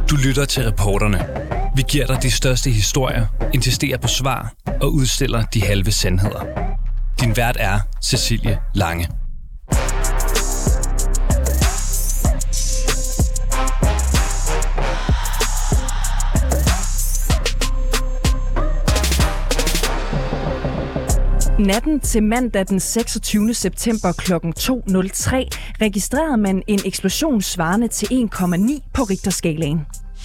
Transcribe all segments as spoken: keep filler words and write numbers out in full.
Du lytter til Reporterne. Vi giver dig de største historier, insisterer på svar og udstiller de halve sandheder. Din vært er Cecilie Lange. Natten til mandag den seksogtyvende september klokken to nul tre registrerede man en eksplosion svarende til en komma ni på Richterskalaen.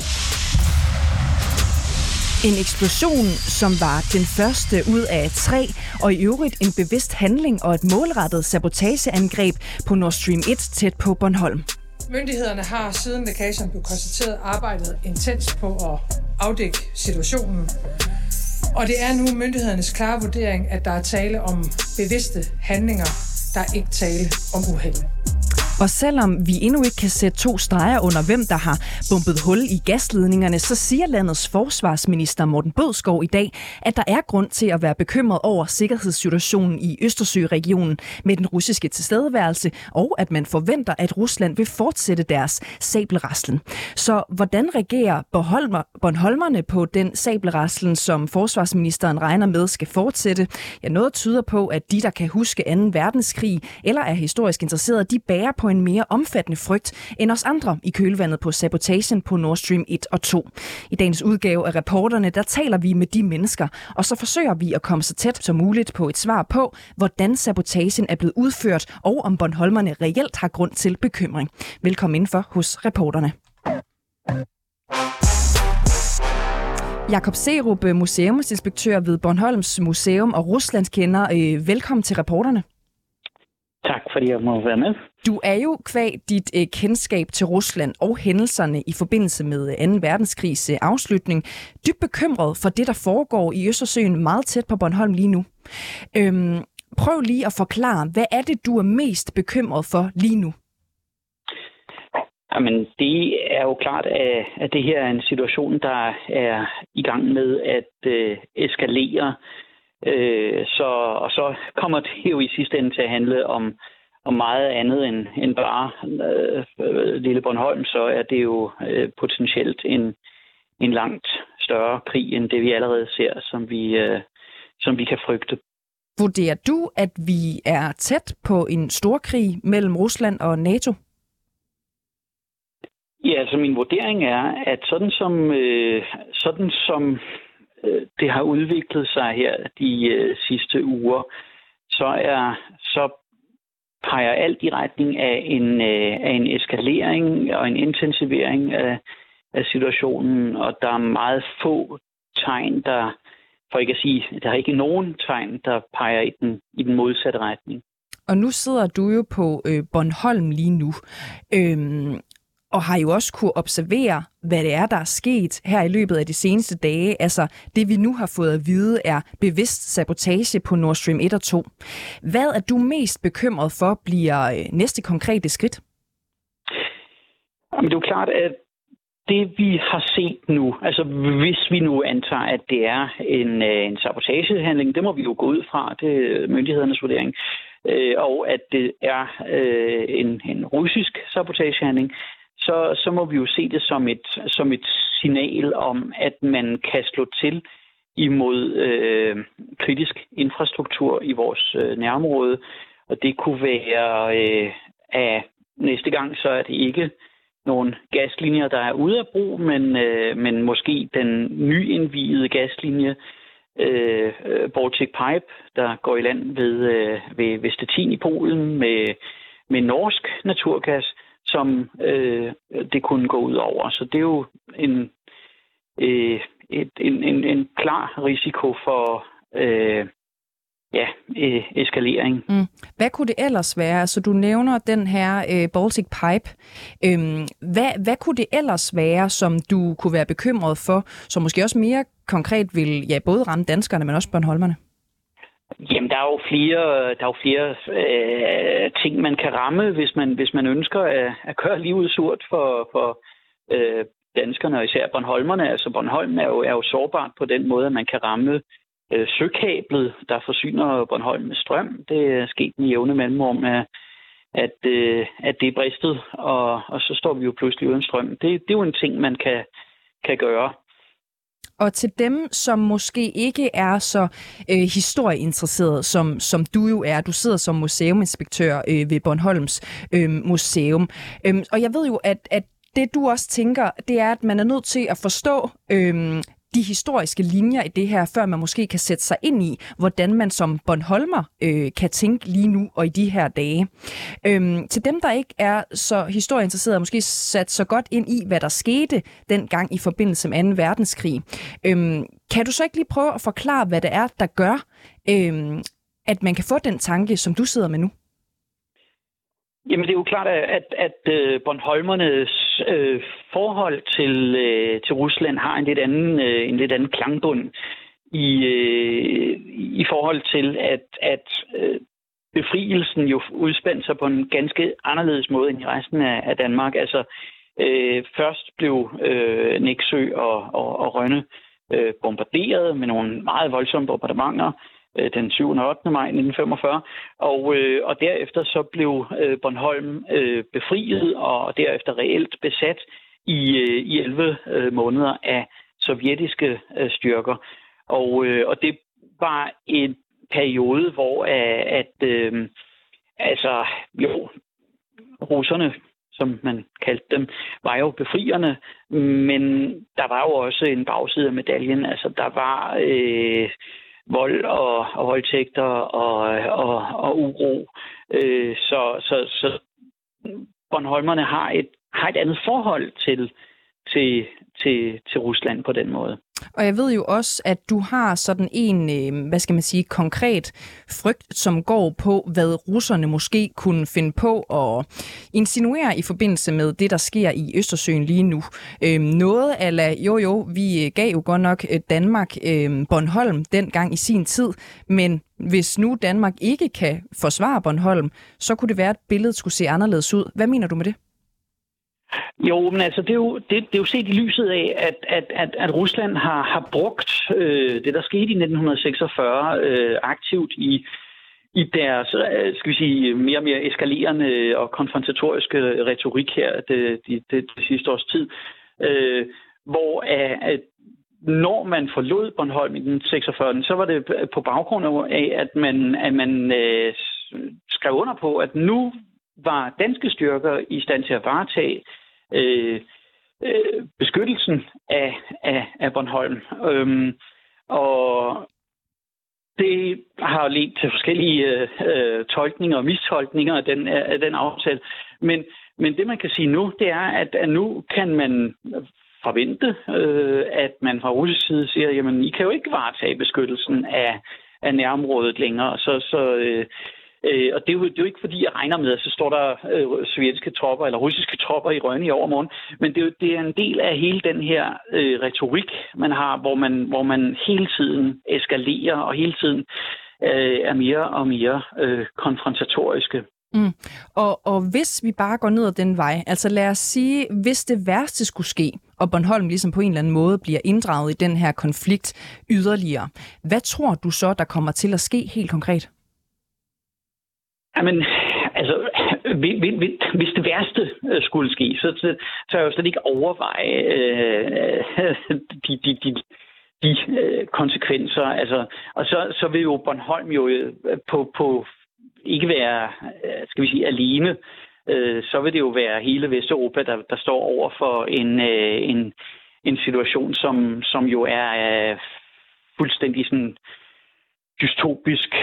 En eksplosion, som var den første ud af tre, og i øvrigt en bevidst handling og et målrettet sabotageangreb på Nord Stream et tæt på Bornholm. Myndighederne har siden lækagen blev konstateret arbejdet intens på at afdække situationen. Og det er nu myndighedernes klare vurdering, at der er tale om bevidste handlinger, der er ikke tale om uheld. Og selvom vi endnu ikke kan sætte to streger under, hvem der har bumpet hul i gasledningerne, så siger landets forsvarsminister Morten Bødskov i dag, at der er grund til at være bekymret over sikkerhedssituationen i Østersøregionen med den russiske tilstedeværelse, og at man forventer, at Rusland vil fortsætte deres sabelraslen. Så hvordan reagerer bornholmerne på den sabelraslen, som forsvarsministeren regner med skal fortsætte? Ja, noget tyder på, at de, der kan huske anden verdenskrig eller er historisk interesserede, de bærer på en mere omfattende frygt end os andre i kølvandet på sabotagen på Nord Stream et og to. I dagens udgave af Reporterne, der taler vi med de mennesker, og så forsøger vi at komme så tæt som muligt på et svar på, hvordan sabotagen er blevet udført, og om bornholmerne reelt har grund til bekymring. Velkommen indenfor hos Reporterne. Jakob Serup, museumsinspektør ved Bornholms Museum og Ruslandskender. Velkommen til Reporterne. Tak, fordi jeg må være med. Du er jo kvad dit øh, kendskab til Rusland og hændelserne i forbindelse med anden verdenskrigs øh, afslutning dybt bekymret for det, der foregår i Østersøen meget tæt på Bornholm lige nu. Øhm, prøv lige at forklare, hvad er det, du er mest bekymret for lige nu? Jamen, det er jo klart, at det her er en situation, der er i gang med at øh, eskalere. Øh, så, og så kommer det jo i sidste ende til at handle om, om meget andet end, end bare øh, lille Bornholm, så er det jo øh, potentielt en, en langt større krig, end det vi allerede ser, som vi, øh, som vi kan frygte. Vurderer du, at vi er tæt på en stor krig mellem Rusland og NATO? Ja, altså min vurdering er, at sådan som, øh, sådan som det har udviklet sig her de øh, sidste uger, så er så peger alt i retning af en øh, af en eskalering og en intensivering af, af situationen, og der er meget få tegn, der for ikke at sige, der er ikke nogen tegn, der peger i den i den modsatte retning. Og nu sidder du jo på øh, Bornholm lige nu. Øhm Og har jo også kunne observere, hvad det er, der er sket her i løbet af de seneste dage. Altså, det vi nu har fået at vide, er bevidst sabotage på Nord Stream et og to. Hvad er du mest bekymret for, bliver næste konkrete skridt? Jamen, det er jo klart, at det vi har set nu, altså hvis vi nu antager, at det er en, en sabotagehandling, det må vi jo gå ud fra, det er myndighedernes vurdering, og at det er en, en russisk sabotagehandling, Så, så må vi jo se det som et, som et signal om, at man kan slå til imod øh, kritisk infrastruktur i vores øh, nærområde. Og det kunne være, øh, at næste gang så er det ikke nogle gaslinjer, der er ude af brug, men, øh, men måske den nyindvigede gaslinje, øh, Baltic Pipe, der går i land ved, øh, ved, ved Stettin i Polen med, med norsk naturgas, som øh, det kunne gå ud over. Så det er jo en, øh, et, en, en, en klar risiko for øh, ja, øh, eskalering. Mm. Hvad kunne det ellers være? Altså, du nævner den her øh, Baltic Pipe. Øhm, hvad, hvad kunne det ellers være, som du kunne være bekymret for, som måske også mere konkret vil ja, både ramme danskerne, men også bornholmerne? Jamen, der er jo flere, der er jo flere øh, ting, man kan ramme, hvis man, hvis man ønsker at, at gøre livet surt for, for øh, danskerne, og især bornholmerne. Altså, Bornholm er jo, er jo sårbart på den måde, at man kan ramme øh, søkablet, der forsyner Bornholm med strøm. Det er sket med jævne mellemrum, at, at, øh, at det er bristet, og, og så står vi jo pludselig uden strøm. Det, det er jo en ting, man kan, kan gøre. Og til dem, som måske ikke er så øh, historieinteresserede, som, som du jo er, du sidder som museuminspektør øh, ved Bornholms øh, Museum. Øhm, og jeg ved jo, at, at det du også tænker, det er, at man er nødt til at forstå øh, de historiske linjer i det her, før man måske kan sætte sig ind i, hvordan man som bornholmer øh, kan tænke lige nu og i de her dage. Øhm, til dem, der ikke er så historieinteresserede, måske sat så godt ind i, hvad der skete dengang i forbindelse med anden verdenskrig. Øhm, kan du så ikke lige prøve at forklare, hvad det er, der gør, øhm, at man kan få den tanke, som du sidder med nu? Jamen, det er jo klart, at, at, at bornholmernes øh, forhold til, øh, til Rusland har en lidt anden, øh, en lidt anden klangbund i, øh, i forhold til, at, at øh, befrielsen jo udspandt sig på en ganske anderledes måde end i resten af, af Danmark. Altså, øh, først blev øh, Nexø og, og, og Rønne øh, bombarderet med nogle meget voldsomme bombardementer den syvende og ottende maj nitten femogfyrre, og, øh, og derefter så blev øh, Bornholm øh, befriet og derefter reelt besat i, øh, i elleve øh, måneder af sovjetiske øh, styrker. Og, øh, og det var en periode, hvor øh, at øh, altså jo, russerne, som man kaldte dem, var jo befrierne, men der var jo også en bagside af medaljen. Altså der var øh, vold og, og voldtægter og, og, og uro. Øh, så, så, så bornholmerne har et, har et andet forhold til, til, til, til Rusland på den måde. Og jeg ved jo også, at du har sådan en, øh, hvad skal man sige, konkret frygt, som går på, hvad russerne måske kunne finde på at insinuere i forbindelse med det, der sker i Østersøen lige nu. Øh, noget ala, jo jo, vi gav jo godt nok Danmark øh, Bornholm dengang i sin tid, men hvis nu Danmark ikke kan forsvare Bornholm, så kunne det være, at billedet skulle se anderledes ud. Hvad mener du med det? Jo, men altså, det er jo, det, det er jo set i lyset af, at, at, at, at Rusland har, har brugt øh, det, der skete i nitten seksogfyrre, øh, aktivt i, i deres, skal vi sige, mere og mere eskalerende og konfrontatoriske retorik her det, det, det, det sidste års tid, øh, hvor at når man forlod Bornholm i nitten seksogfyrre, så var det på baggrund af, at man, at man øh, skrev under på, at nu var danske styrker i stand til at varetage øh, øh, beskyttelsen af, af, af Bornholm. Øhm, og det har ledt til forskellige øh, tolkninger og mistolkninger af den, af den aftale. Men, men det, man kan sige nu, det er, at, at nu kan man forvente, øh, at man fra russisk side siger, jamen, I kan jo ikke varetage beskyttelsen af, af nærområdet længere. Så, så øh, Øh, og det er, jo, det er jo ikke fordi, jeg regner med, at så står der øh, sovjetiske tropper eller russiske tropper i Rønne i overmorgen, men det er, jo, det er en del af hele den her øh, retorik, man har, hvor man, hvor man hele tiden eskalerer og hele tiden øh, er mere og mere øh, konfrontatoriske. Mm. Og, og hvis vi bare går ned ad den vej, altså lad os sige, hvis det værste skulle ske, og Bornholm ligesom på en eller anden måde bliver inddraget i den her konflikt yderligere, hvad tror du så, der kommer til at ske helt konkret? Jamen, altså, hvis det værste skulle ske, så, så, så er jeg jo slet ikke overveje øh, de, de, de, de konsekvenser. Altså, og så, så vil jo Bornholm jo på, på ikke være, skal vi sige, alene. Øh, så vil det jo være hele Vesteuropa, der, der står over for en, øh, en, en situation, som, som jo er øh, fuldstændig sådan dystopisk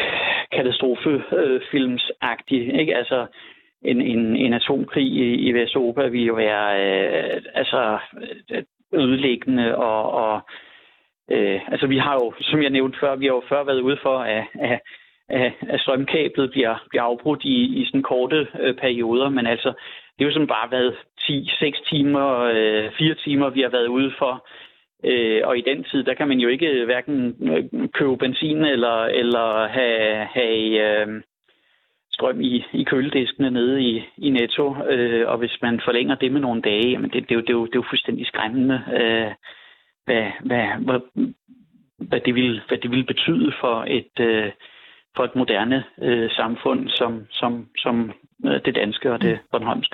katastrofefilmsagtig, ikke? Altså en, en, en atomkrig i, i Vesteuropa vil jo være øh, altså ødelæggende og, og øh, altså vi har jo, som jeg nævnte før, vi har jo før været ude for at, at, at, at strømkablet bliver, bliver afbrudt i, i sådan korte øh, perioder, men altså det er jo sådan bare været ti seks timer, øh, fire timer, vi har været ude for. Øh, og i den tid, der kan man jo ikke hverken købe benzin eller, eller have, have øh, strøm i, i kølediskene nede i, i Netto. Øh, og hvis man forlænger det med nogle dage, jamen det, det, er, jo, det, er, jo, det er jo fuldstændig skræmmende, øh, hvad, hvad, hvad, hvad, det vil, hvad det vil betyde for et, øh, for et moderne øh, samfund som, som, som det danske og det bornholmske.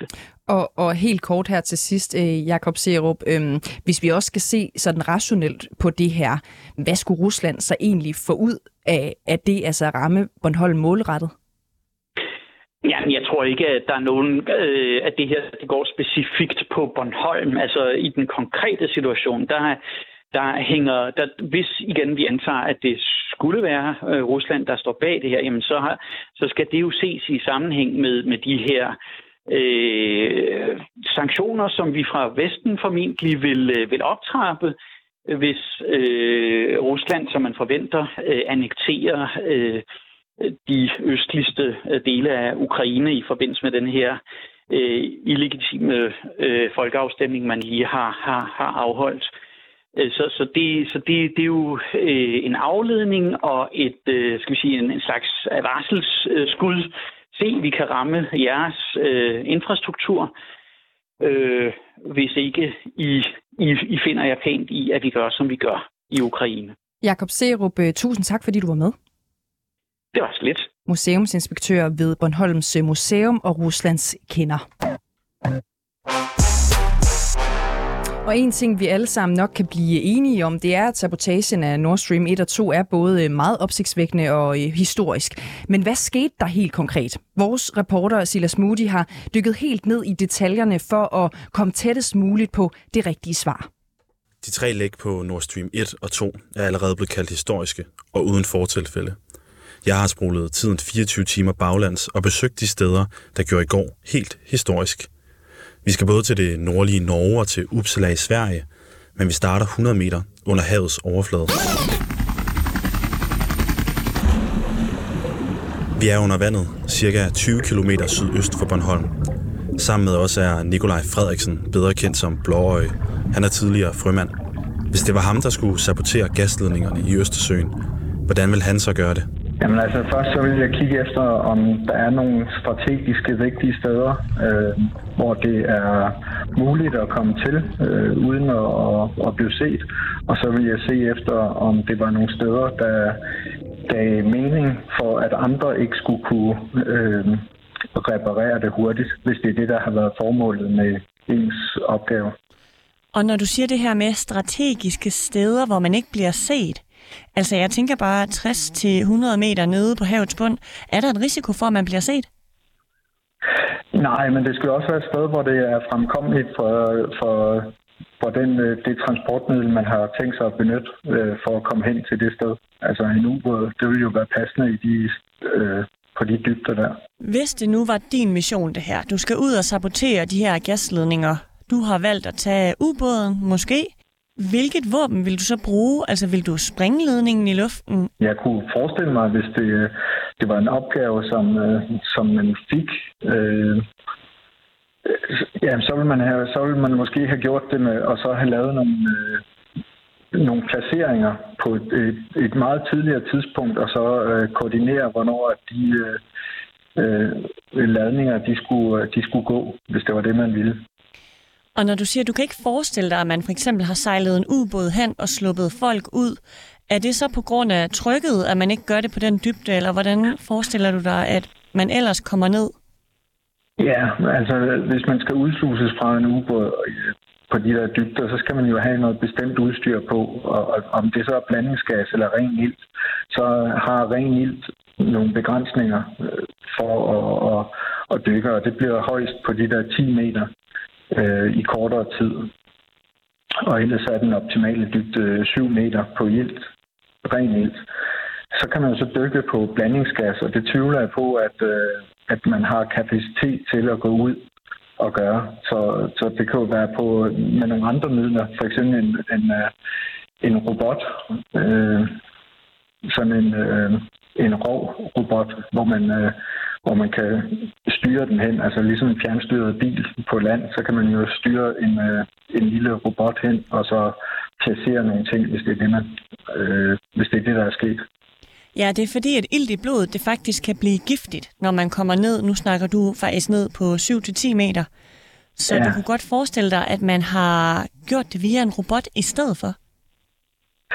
Og, og helt kort her til sidst, øh, Jakob Seerup, øh, hvis vi også skal se sådan rationelt på det her, hvad skulle Rusland så egentlig få ud af, af det, altså at ramme Bornholm målrettet? Ja, jeg tror ikke, at der er nogen, øh, at det her det går specifikt på Bornholm. Altså i den konkrete situation, der, der hænger, der, hvis igen vi antager, at det skulle være øh, Rusland, der står bag det her, jamen så, har, så skal det jo ses i sammenhæng med, med de her øh, sanktioner, som vi fra Vesten formentlig vil, vil optrappe, hvis øh, Rusland, som man forventer, øh, annekterer øh, de østligste dele af Ukraine i forbindelse med den her øh, illegitime øh, folkeafstemning, man lige har, har, har afholdt. Så, så, det, så det, det er jo øh, en afledning og et, øh, skal vi sige, en, en slags varselsskud. Se, vi kan ramme jeres øh, infrastruktur, øh, hvis ikke I, I, I finder jer pænt i, at vi gør, som vi gør i Ukraine. Jakob Seerup, tusind tak, fordi du var med. Det var slet. Museumsinspektør ved Bornholms Museum og Ruslands kender. Og en ting, vi alle sammen nok kan blive enige om, det er, at sabotagen af Nord Stream et og to er både meget opsigtsvækkende og historisk. Men hvad skete der helt konkret? Vores reporter Silas Moody har dykket helt ned i detaljerne for at komme tættest muligt på det rigtige svar. De tre læk på Nord Stream et og to er allerede blevet kaldt historiske og uden fortilfælde. Jeg har spolet tiden fireogtyve timer baglands og besøgt de steder, der gjorde i går helt historisk. Vi skal både til det nordlige Norge og til Uppsala i Sverige, men vi starter hundrede meter under havets overflade. Vi er under vandet, cirka tyve kilometer sydøst for Bornholm. Sammen med os er Nikolaj Frederiksen, bedre kendt som Blåøje. Han er tidligere frømand. Hvis det var ham, der skulle sabotere gasledningerne i Østersøen, hvordan vil han så gøre det? Jamen altså, først så vil jeg kigge efter, om der er nogle strategiske vigtige steder, øh, hvor det er muligt at komme til, øh, uden at, at, at blive set. Og så vil jeg se efter, om det var nogle steder, der gav mening for, at andre ikke skulle kunne øh, reparere det hurtigt, hvis det er det, der har været formålet med ens opgave. Og når du siger det her med strategiske steder, hvor man ikke bliver set, altså, jeg tænker bare tres til hundrede meter nede på havets bund. Er der en risiko for, at man bliver set? Nej, men det skal også være et sted, hvor det er fremkommeligt for, for, for den, det transportmiddel, man har tænkt sig at benytte for at komme hen til det sted. Altså en ubåd, det vil jo være passende i de, øh, på de dybder der. Hvis det nu var din mission, det her, du skal ud og sabotere de her gasledninger. Du har valgt at tage ubåden, måske. Hvilket våben vil du så bruge? Altså, vil du sprænge ledningen i luften? Jeg kunne forestille mig, hvis det, det var en opgave, som, som man fik, øh, ja, så ville man have, så ville man måske have gjort det med, og så have lavet nogle, øh, nogle placeringer på et, et, et meget tidligere tidspunkt, og så øh, koordinere, hvornår de øh, ladninger, de skulle, de skulle gå, hvis det var det, man ville. Og når du siger, at du kan ikke forestille dig, at man for eksempel har sejlet en ubåd hen og sluppet folk ud, er det så på grund af trykket, at man ikke gør det på den dybde, eller hvordan forestiller du dig, at man ellers kommer ned? Ja, altså hvis man skal udsluses fra en ubåd på de der dybder, så skal man jo have noget bestemt udstyr på, og om det så er blandingsgas eller ren ilt, så har ren ilt nogle begrænsninger for at, at, at dykke, og det bliver højst på de der ti meter. I kortere tid. Og ellers er den optimale dybde syv meter på ilt, ren ilt. Så kan man så dykke på blandingsgas, og det tvivler jeg på, at, at man har kapacitet til at gå ud og gøre. Så, så det kan jo være på med nogle andre midler, for eksempel en, en, en robot, øh, sådan en, øh, en rov robot, hvor man øh, hvor man kan styre den hen, altså ligesom en fjernstyret bil på land, så kan man jo styre en, øh, en lille robot hen, og så placere nogle ting, hvis det er det, man, øh, hvis det er det, der er sket. Ja, det er fordi, at ilt i blodet, det faktisk kan blive giftigt, når man kommer ned. Nu snakker du faktisk ned på syv til ti meter. Så ja. Du kunne godt forestille dig, at man har gjort det via en robot i stedet for?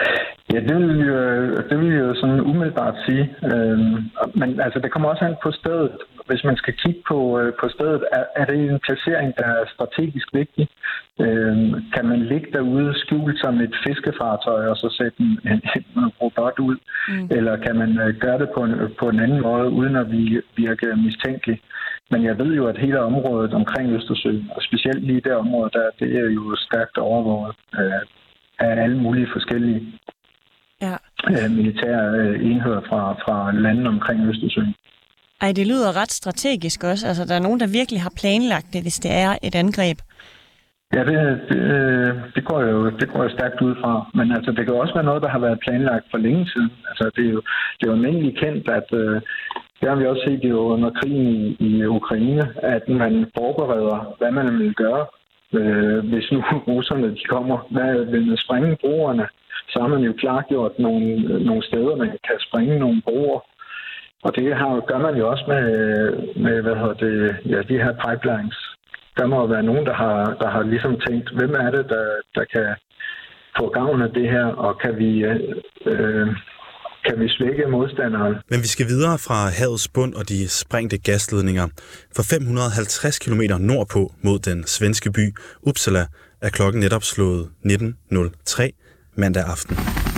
Ja, det vil jo, det vil jo sådan umiddelbart sige. Øhm, men altså, det kommer også an på stedet. Hvis man skal kigge på, på stedet, er, er det en placering, der er strategisk vigtig? Øhm, kan man ligge derude skjult som et fiskefartøj og så sætte en, en, en robot ud? Mm. Eller kan man gøre det på en, på en anden måde, uden at virke mistænkelig? Men jeg ved jo, at hele området omkring Østersøen, og specielt lige det område der, det er jo stærkt overvåget øh, af alle mulige forskellige ja. øh, militære øh, enheder fra, fra landene omkring Østersøen. Ej, det lyder ret strategisk også. Altså, der er nogen, der virkelig har planlagt det, hvis det er et angreb. Ja, det, det, det, går jo det går jo stærkt ud fra. Men altså, det kan også være noget, der har været planlagt for længe siden. Altså, det er jo, det er jo almindeligt kendt, at øh, det har vi også set jo under krigen i, i Ukraine, at man forbereder, hvad man vil gøre, øh, hvis nu russerne de kommer. Hvad vil man sprænge broerne? Så har man jo klargjort nogle, nogle steder, man kan sprænge nogle broer. Og det her gør man jo også med, med hvad hedder det, ja, de her pipelines. Der må være nogen, der har, der har ligesom tænkt, hvem er det, der, der kan få gavn af det her, og kan vi, øh, kan vi svække modstanderen. Men vi skal videre fra havets bund og de sprængte gasledninger. For fem hundrede og halvtreds kilometer nordpå mod den svenske by Uppsala er klokken netop slået nitten nul tre mandag aften.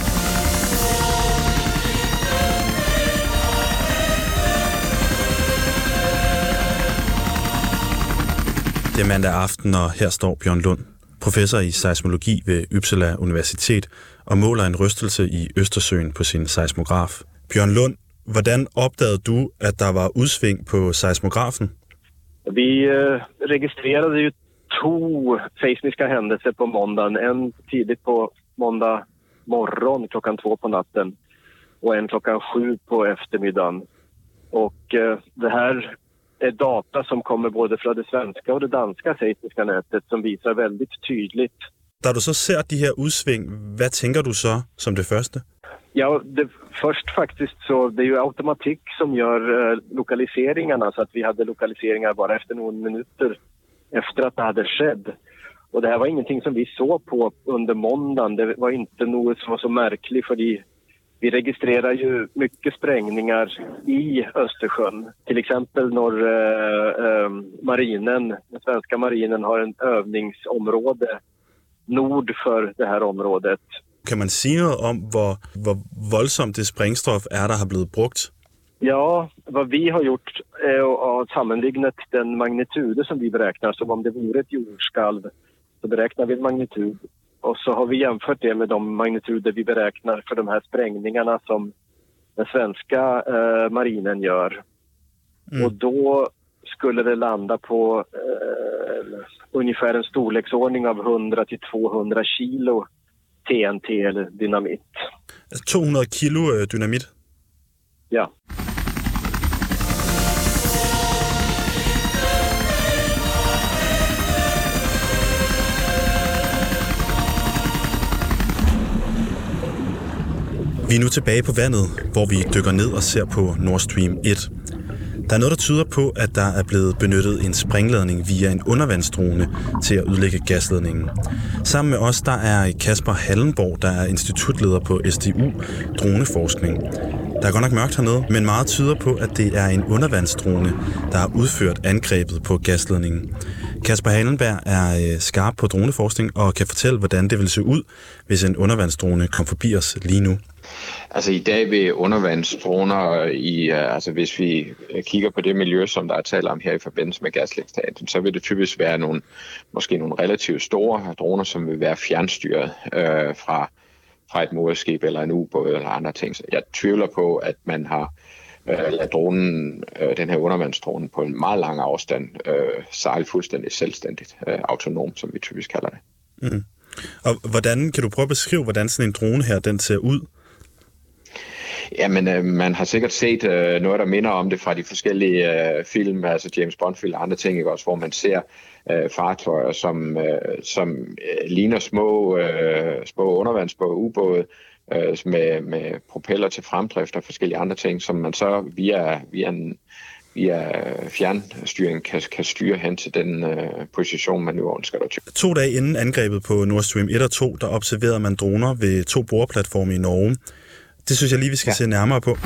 Det er mandag aften, og her står Bjørn Lund, professor i seismologi ved Uppsala Universitet, og måler en rystelse i Østersøen på sin seismograf. Bjørn Lund, hvordan opdagede du, at der var udsving på seismografen? Vi øh, registrerede jo to seismiska händelser på måndagen. En tidigt på måndag morgon klockan två på natten och en klockan sju på eftermiddagen. Och eh, det här är data som kommer både från det svenska och det danska seismiska nätet som visar väldigt tydligt. Da du så ser de her udsving, hvad tænker du så som det første? Ja, det, först faktiskt så det är ju automatik som gör eh, lokaliseringarna, så att vi hade lokaliseringar bara efter några minuter efter att det hade skett. Och det här var ingenting som vi såg på under måndagen. Det var inte något som var så märkligt, för vi registrerar ju mycket sprängningar i Östersjön. Till exempel när eh, eh, marinen, den svenska marinen har en övningsområde nord för det här området. Kan man sige noget om, hvor, hvor voldsomt det sprængstof er, der har blevet brugt? Ja, vad vi har gjort är att sammanlignat den magnitude som vi beräknar, som om det vore ett jordskalv. Så beräknar vi en magnitud. Och så har vi jämfört det med de magnituder vi beräknar för de här sprängningarna som den svenska eh, marinen gör. Mm. Och då skulle det landa på eh, ungefär en storleksordning av hundra till tvåhundra kilo T N T eller dynamit. to hundrede kilo dynamit? Ja. Vi er nu tilbage på vandet, hvor vi dykker ned og ser på Nord Stream et. Der er noget, der tyder på, at der er blevet benyttet en sprængladning via en undervandsdrone til at udlægge gasledningen. Sammen med os, der er Kasper Hallenborg, der er institutleder på S D U Droneforskning. Der er godt nok mørkt hernede, men meget tyder på, at det er en undervandsdrone, der har udført angrebet på gasledningen. Kasper Hallenberg er skarp på droneforskning og kan fortælle, hvordan det vil se ud, hvis en undervandsdrone kom forbi os lige nu. Altså i dag vil undervandsdroner, i, altså hvis vi kigger på det miljø, som der er talt om her i forbindelse med gaslægstaten, så vil det typisk være nogle, måske nogle relativt store droner, som vil være fjernstyret øh, fra, fra et moderskib eller en ubåd eller andre ting. Så jeg tvivler på, at man har øh, ladet dronen, øh, den her undervandsdrone på en meget lang afstand øh, sejle fuldstændig selvstændigt, øh, autonom, som vi typisk kalder det. Mm. Og hvordan kan du prøve at beskrive, hvordan sådan en drone her, den ser ud? Jamen, øh, man har sikkert set øh, noget, der minder om det fra de forskellige øh, film, altså James Bond-film og andre ting, ikke også, hvor man ser øh, fartøjer, som, øh, som øh, ligner små, øh, små undervandsbåde, ubåde, øh, med, med propeller til fremdrift og forskellige andre ting, som man så via, via en, via fjernstyring kan, kan styre hen til den øh, position, man nu ønsker der til. To dage inden angrebet på Nord Stream et og to, der observerede man droner ved to boreplatforme i Norge. Det synes jeg lige, vi skal ja. se nærmere på.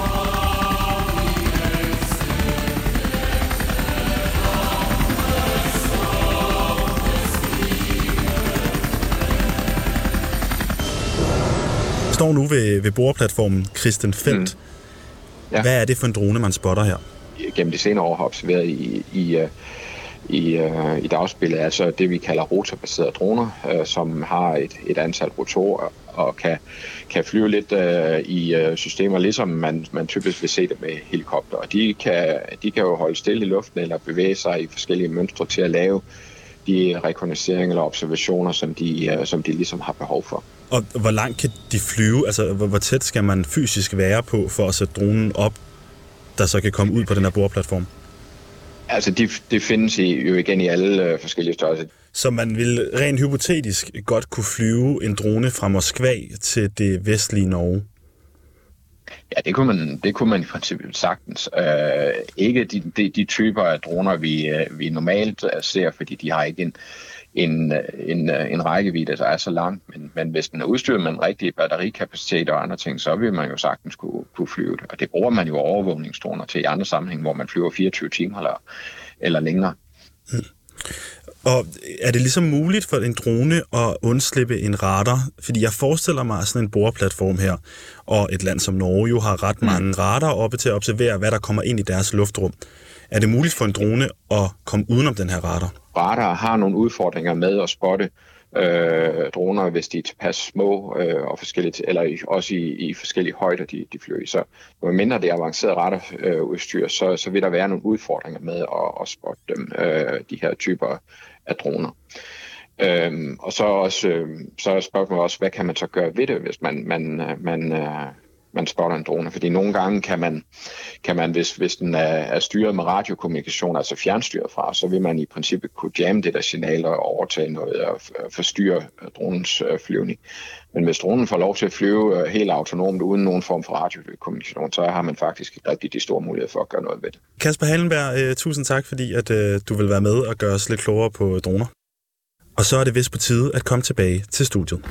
Jeg står nu ved, ved boreplatformen Christen Felt. Mm. Ja. Hvad er det for en drone, man spotter her? Gennem de senere år har observeret i, i, i, i dagsbilledet, altså det, vi kalder rotorbaserede droner, som har et, et antal rotorer og kan, kan flyve lidt uh, i systemer, ligesom man, man typisk vil se det med helikopter. Og de kan, de kan jo holde stille i luften eller bevæge sig i forskellige mønstre til at lave de rekognosceringer eller observationer, som de, uh, som de ligesom har behov for. Og hvor langt kan de flyve? Altså, hvor, hvor tæt skal man fysisk være på for at sætte dronen op, der så kan komme ud på den her boreplatform? Altså, det de findes i, jo igen i alle øh, forskellige størrelser. Så man vil rent hypotetisk godt kunne flyve en drone fra Moskva til det vestlige Norge? Ja, det kunne man, det kunne man i princippet sagtens. Øh, ikke de, de, de typer af droner, vi, øh, vi normalt ser, fordi de har ikke en En, en, en rækkevidde, der er så langt, men, men hvis den er udstyret med en rigtig batterikapacitet og andre ting, så vil man jo sagtens kunne, kunne flyve det. Og det bruger man jo overvågningsdroner til i andre sammenhæng, hvor man flyver fireogtyve timer eller, eller længere. Hmm. Og er det ligesom muligt for en drone at undslippe en radar? Fordi jeg forestiller mig, at sådan en boreplatform her, og et land som Norge jo har ret mange hmm. radar oppe til at observere, hvad der kommer ind i deres luftrum. Er det muligt for en drone at komme udenom den her radar? Radar har nogle udfordringer med at spotte øh, droner, hvis de er tilpas små øh, og forskellige, eller i, også i, i forskellige højder, de, de flyver i. Så når mindre det er avanceret radarudstyr, så, så vil der være nogle udfordringer med at, at spotte dem, øh, de her typer af droner. Øhm, og så, også, øh, så er spørgsmålet også, hvad kan man så gøre ved det, hvis man, man, man øh, man spotter en drone, fordi nogle gange kan man, kan man hvis, hvis den er, er styret med radiokommunikation, altså fjernstyret fra, så vil man i princippet kunne jamme det der signal og overtage noget og forstyrre dronens flyvning. Men hvis dronen får lov til at flyve helt autonomt uden nogen form for radiokommunikation, så har man faktisk rigtig de store muligheder for at gøre noget ved det. Kasper Hallenberg, tusind tak, fordi at, du vil være med og gøre os lidt klogere på droner. Og så er det vist på tide at komme tilbage til studiet.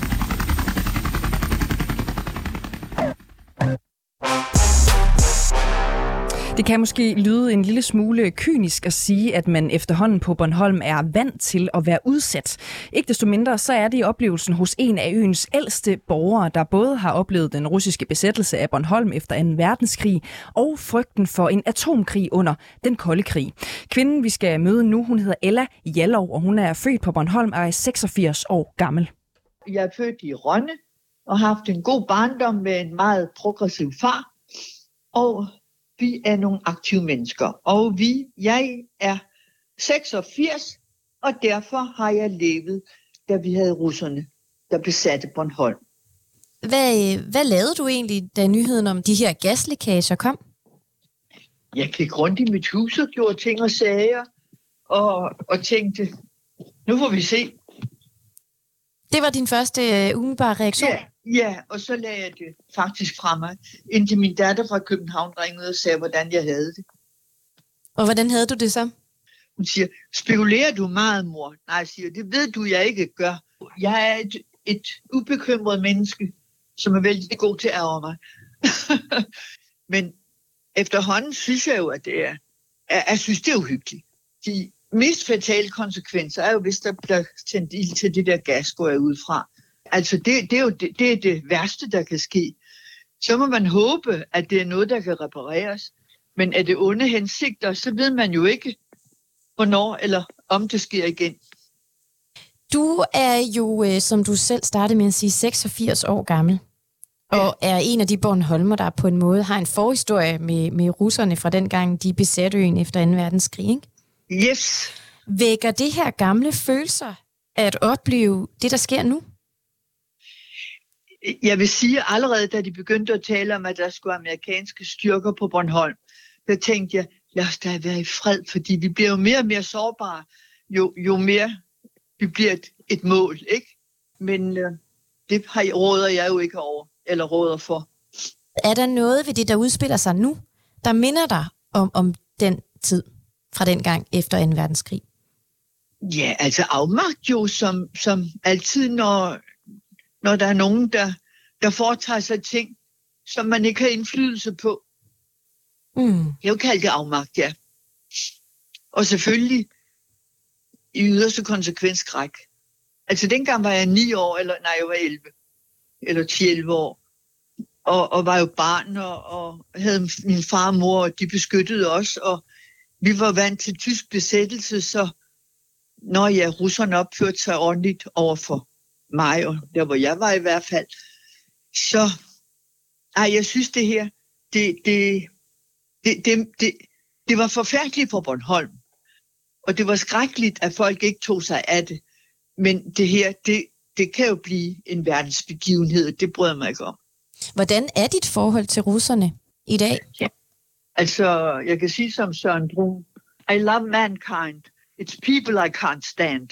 Det kan måske lyde en lille smule kynisk at sige, at man efterhånden på Bornholm er vant til at være udsat. Ikke desto mindre, så er det oplevelsen hos en af øens ældste borgere, der både har oplevet den russiske besættelse af Bornholm efter anden verdenskrig og frygten for en atomkrig under den kolde krig. Kvinden, vi skal møde nu, hun hedder Ella Jallov, og hun er født på Bornholm og er seksogfirs år gammel. Jeg er født i Rønne og har haft en god barndom med en meget progressiv far. Og vi er nogle aktive mennesker, og vi, jeg er seksogfirs, og derfor har jeg levet, da vi havde russerne, der besatte Bornholm. Hvad, hvad lavede du egentlig, da nyheden om de her gaslækager kom? Jeg gik rundt i mit hus og gjorde ting og sager, og, og tænkte, nu får vi se. Det var din første uh, umiddelbare reaktion? Ja. Ja, og så lagde jeg det faktisk fra mig, indtil min datter fra København ringede og sagde, hvordan jeg havde det. Og hvordan havde du det så? Hun siger, spekulerer du meget, mor? Nej, jeg siger, det ved du, jeg ikke gør. Jeg er et, et ubekymret menneske, som er vældig god til at ærge mig. Men efterhånden synes jeg jo, at det er, at jeg synes, det er uhyggeligt. De mest fatale konsekvenser er jo, hvis der bliver tændt ild til det der gas, går jeg ud fra. Altså, det, det er jo det, det, er det værste, der kan ske. Så må man håbe, at det er noget, der kan repareres. Men er det onde hensigter, så ved man jo ikke, hvornår eller om det sker igen. Du er jo, som du selv startede med at sige, seksogfirs år gammel. Og er en af de Bornholmer, der på en måde har en forhistorie med, med russerne fra dengang, de besatte øen efter anden verdenskrig, ikke? Yes. Vækker det her gamle følelser at opleve det, der sker nu? Jeg vil sige, at allerede da de begyndte at tale om, at der skulle amerikanske styrker på Bornholm, der tænkte jeg, lad os da være i fred, fordi vi bliver jo mere og mere sårbare, jo, jo mere vi bliver et, et mål, ikke? Men øh, det har, råder jeg jo ikke over, eller råder for. Er der noget ved det, der udspiller sig nu, der minder dig om, om den tid fra den gang efter anden verdenskrig? Ja, altså afmagt jo, som, som altid, når, når der er nogen, der, der foretager sig ting, som man ikke har indflydelse på. Mm. Jeg vil kalde det afmagt, ja. Og selvfølgelig i yderste konsekvens skræk. Altså dengang var jeg ni år, eller nej, jeg var elleve, eller ti elleve år, og, og var jo barn, og, og havde min far og mor, og de beskyttede os, og vi var vant til tysk besættelse, så når ja, russerne opførte sig ordentligt over for mig, og der hvor jeg var i hvert fald, så ej, jeg synes det her, det, det, det, det, det, det var forfærdeligt for Bornholm, og det var skrækkeligt, at folk ikke tog sig af det, men det her, det, det kan jo blive en verdensbegivenhed, det bryder mig ikke om. Hvordan er dit forhold til russerne i dag? Ja. Altså, jeg kan sige som Søren Brun, I love mankind. It's people I can't stand.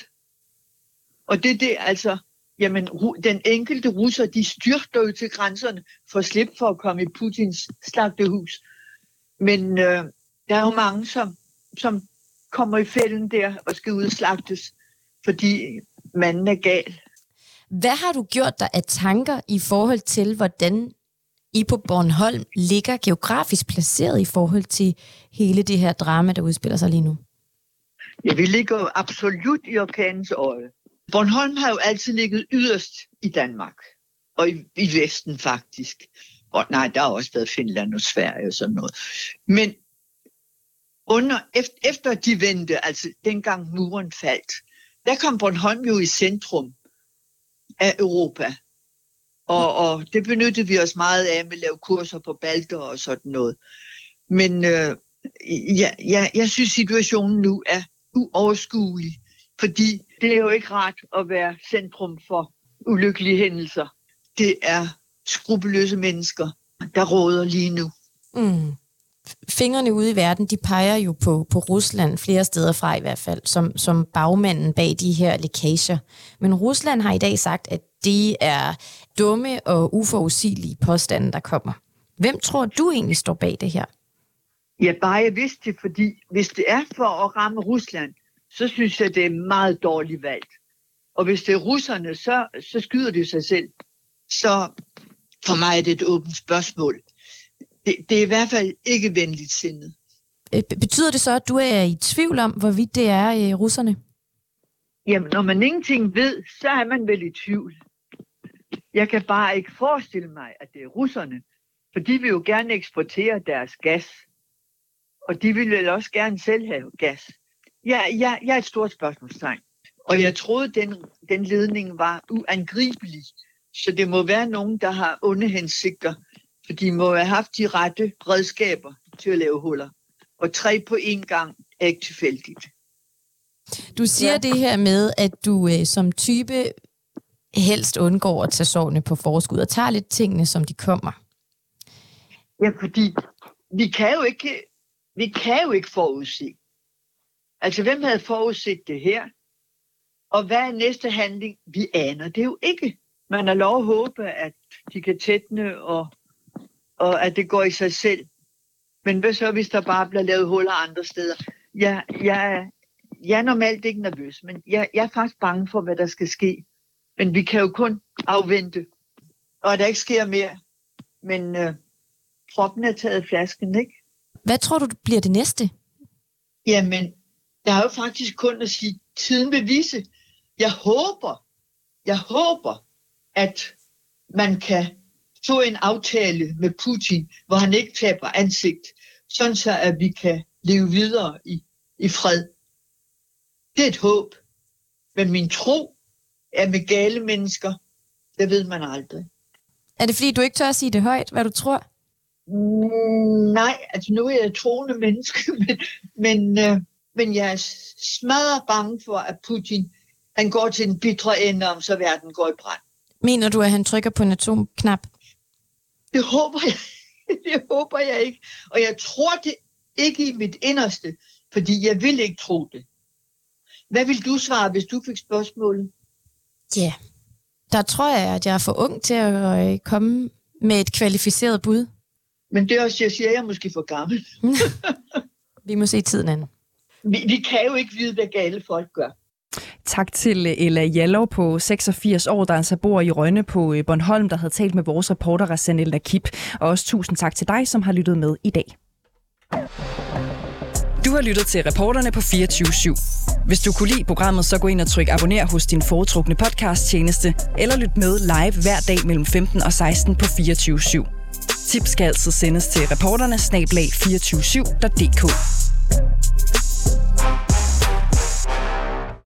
Og det er det, altså, jamen, den enkelte russer, de styrter jo til grænserne for at slippe for at komme i Putins slagtehus. Men øh, der er jo mange, som, som kommer i fælden der og skal ud og slagtes, fordi manden er gal. Hvad har du gjort dig af tanker i forhold til, hvordan I på Bornholm ligger geografisk placeret i forhold til hele det her drama, der udspiller sig lige nu? Ja, vi ligger jo absolut i orkanens øje. Bornholm har jo altid ligget yderst i Danmark, og i, i Vesten faktisk. Og nej, der har også været Finland og Sverige og sådan noget. Men under, efter, efter de vendte, altså dengang muren faldt, der kom Bornholm jo i centrum af Europa. Og, og det benyttede vi os meget af med at lave kurser på Balter og sådan noget. Men øh, ja, ja, jeg synes, situationen nu er uoverskuelig, fordi det er jo ikke rart at være centrum for ulykkelige hændelser. Det er skrupelløse mennesker, der råder lige nu. Mm. Fingrene ude i verden, de peger jo på, på Rusland flere steder fra i hvert fald, som, som bagmanden bag de her lækager. Men Rusland har i dag sagt, at de er dumme og uforudsigelige påstande, der kommer. Hvem tror du egentlig står bag det her? Ja, bare jeg vidste det, fordi hvis det er for at ramme Rusland, så synes jeg, det er meget dårligt valgt. Og hvis det er russerne, så, så skyder det sig selv. Så for mig er det et åbent spørgsmål. Det, det er i hvert fald ikke venligt sindet. Betyder det så, at du er i tvivl om, hvorvidt det er øh, russerne? Jamen, når man ingenting ved, så er man vel i tvivl. Jeg kan bare ikke forestille mig, at det er russerne. For de vil jo gerne eksportere deres gas. Og de vil vel også gerne selv have gas. Jeg, jeg, jeg er et stort spørgsmålstegn. Og jeg troede, den, den ledning var uangribelig. Så det må være nogen, der har onde hensigter. For de må have haft de rette redskaber til at lave huller. Og tre på én gang er ikke tilfældigt. Du siger ja. det her med, at du øh, som type helst undgår at tage sorgene på forskud og tager lidt tingene, som de kommer. Ja, fordi vi kan jo ikke, vi kan jo ikke forudse. Altså, hvem havde forudset det her? Og hvad er næste handling? Vi aner det jo ikke. Man har lov at håbe, at de kan tætne, og, og at det går i sig selv. Men hvad så, hvis der bare bliver lavet huller andre steder? Jeg, jeg, jeg er normalt ikke nervøs, men jeg, jeg er faktisk bange for, hvad der skal ske. Men vi kan jo kun afvente, og der ikke sker mere. Men øh, proppen er taget flasken, ikke? Hvad tror du bliver det næste? Jamen, jeg har jo faktisk kun at sige, tiden vil vise. Jeg håber, jeg håber, at man kan få en aftale med Putin, hvor han ikke taber ansigt, sådan så at vi kan leve videre i, i fred. Det er et håb. Men min tro er med gale mennesker. Det ved man aldrig. Er det fordi, du ikke tør at sige det højt, hvad du tror? Mm, nej, altså nu er jeg et troende menneske, men, men, øh, men jeg er smadret bange for, at Putin han går til en bitre ende, om så verden går i brand. Mener du, at han trykker på en atomknap? Det håber jeg. Det håber jeg ikke. Og jeg tror det ikke i mit inderste, fordi jeg vil ikke tro det. Hvad vil du svare, hvis du fik spørgsmålet? Ja, yeah. Der tror jeg, at jeg er for ung til at komme med et kvalificeret bud. Men det er også, jeg siger, jeg er måske for gammel. Vi må se tiden an. Vi, vi kan jo ikke vide, hvad gale folk gør. Tak til Ella Jallow på seksogfirs år, der altså bor i Rønne på Bornholm, der havde talt med vores reporter Rasanel Nakib. Og også tusind tak til dig, som har lyttet med i dag. Du har lyttet til Reporterne på fireogtyve syv. Hvis du kunne lide programmet, så gå ind og tryk abonner hos din foretrukne podcasttjeneste, eller lyt med live hver dag mellem femten og seksten på fireogtyve syv. Tips skal altid sendes til reporterne snabel-a to fire syv punktum d k.